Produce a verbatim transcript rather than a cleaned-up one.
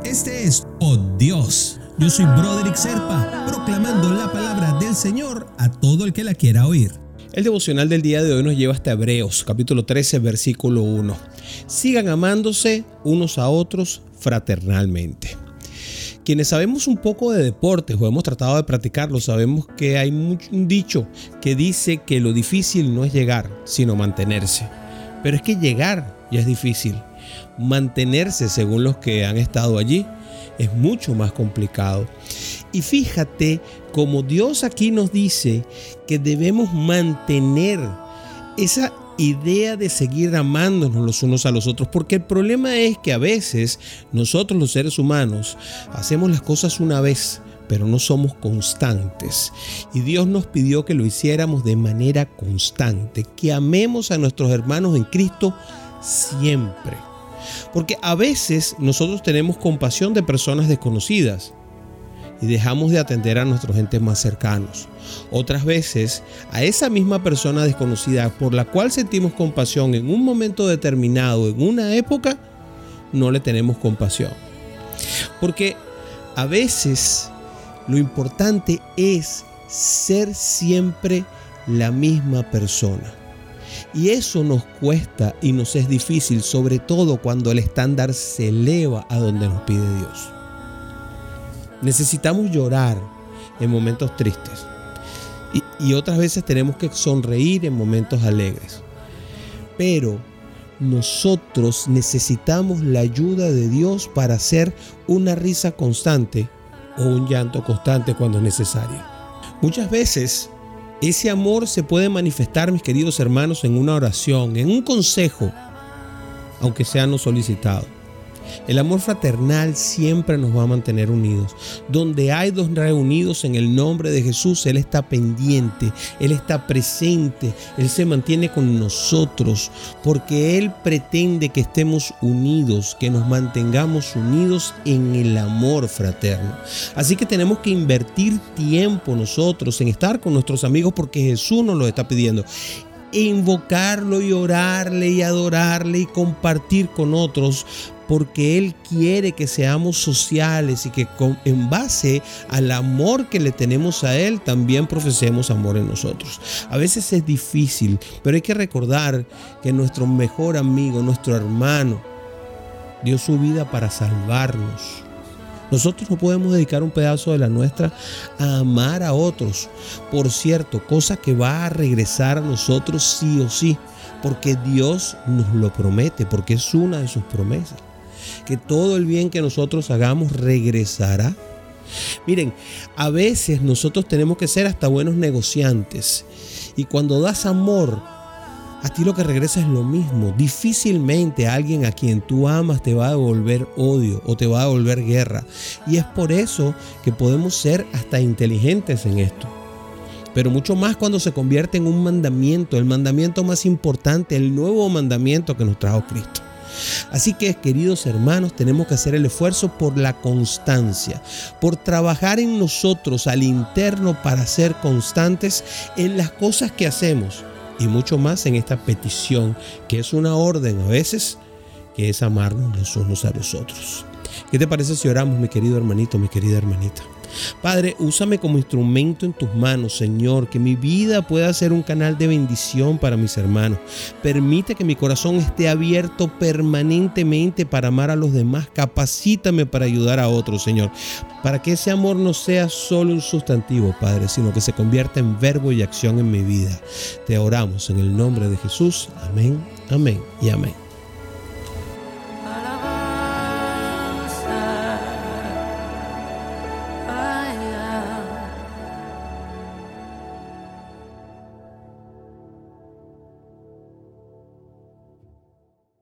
Este es Oh Dios. Yo soy Broderick Serpa, proclamando la palabra del Señor a todo el que la quiera oír. El devocional del día de hoy nos lleva hasta Hebreos, capítulo trece, versículo uno. Sigan amándose unos a otros fraternalmente. Quienes sabemos un poco de deportes o hemos tratado de practicarlo, sabemos que hay un dicho que dice que lo difícil no es llegar, sino mantenerse. Pero es que llegar ya es difícil. Mantenerse, según los que han estado allí, es mucho más complicado. Y fíjate cómo Dios aquí nos dice que debemos mantener esa idea de seguir amándonos los unos a los otros, porque el problema es que a veces nosotros los seres humanos hacemos las cosas una vez, pero no somos constantes. Y Dios nos pidió que lo hiciéramos de manera constante, que amemos a nuestros hermanos en Cristo siempre. Porque a veces nosotros tenemos compasión de personas desconocidas y dejamos de atender a nuestros entes más cercanos. Otras veces, a esa misma persona desconocida por la cual sentimos compasión en un momento determinado, en una época, no le tenemos compasión. Porque a veces lo importante es ser siempre la misma persona. Y eso nos cuesta y nos es difícil, sobre todo cuando el estándar se eleva a donde nos pide Dios. Necesitamos llorar en momentos tristes y, y otras veces tenemos que sonreír en momentos alegres. Pero nosotros necesitamos la ayuda de Dios para hacer una risa constante o un llanto constante cuando es necesario. Muchas veces ese amor se puede manifestar, mis queridos hermanos, en una oración, en un consejo, aunque sea no solicitado. El amor fraternal siempre nos va a mantener unidos. Donde hay dos reunidos en el nombre de Jesús, Él está pendiente, Él está presente, Él se mantiene con nosotros, porque Él pretende que estemos unidos, que nos mantengamos unidos en el amor fraterno. Así que tenemos que invertir tiempo nosotros en estar con nuestros amigos, porque Jesús nos lo está pidiendo. E invocarlo y orarle y adorarle y compartir con otros, porque Él quiere que seamos sociales y que con, en base al amor que le tenemos a Él, también profesemos amor en nosotros. A veces es difícil, pero hay que recordar que nuestro mejor amigo, nuestro hermano, dio su vida para salvarnos. Nosotros no podemos dedicar un pedazo de la nuestra a amar a otros. Por cierto, cosa que va a regresar a nosotros sí o sí, porque Dios nos lo promete, porque es una de sus promesas. Que todo el bien que nosotros hagamos regresará. Miren, a veces nosotros tenemos que ser hasta buenos negociantes. Y cuando das amor, a ti lo que regresa es lo mismo. Difícilmente alguien a quien tú amas te va a devolver odio o te va a devolver guerra. Y es por eso que podemos ser hasta inteligentes en esto. Pero mucho más cuando se convierte en un mandamiento, el mandamiento más importante, el nuevo mandamiento que nos trajo Cristo. Así que, queridos hermanos, tenemos que hacer el esfuerzo por la constancia, por trabajar en nosotros al interno para ser constantes en las cosas que hacemos y mucho más en esta petición, que es una orden a veces, que es amarnos los unos a los otros. ¿Qué te parece si oramos, mi querido hermanito, mi querida hermanita? Padre, úsame como instrumento en tus manos, Señor, que mi vida pueda ser un canal de bendición para mis hermanos. Permite que mi corazón esté abierto permanentemente para amar a los demás. Capacítame para ayudar a otros, Señor, para que ese amor no sea solo un sustantivo, Padre, sino que se convierta en verbo y acción en mi vida. Te oramos en el nombre de Jesús. Amén, amén y amén.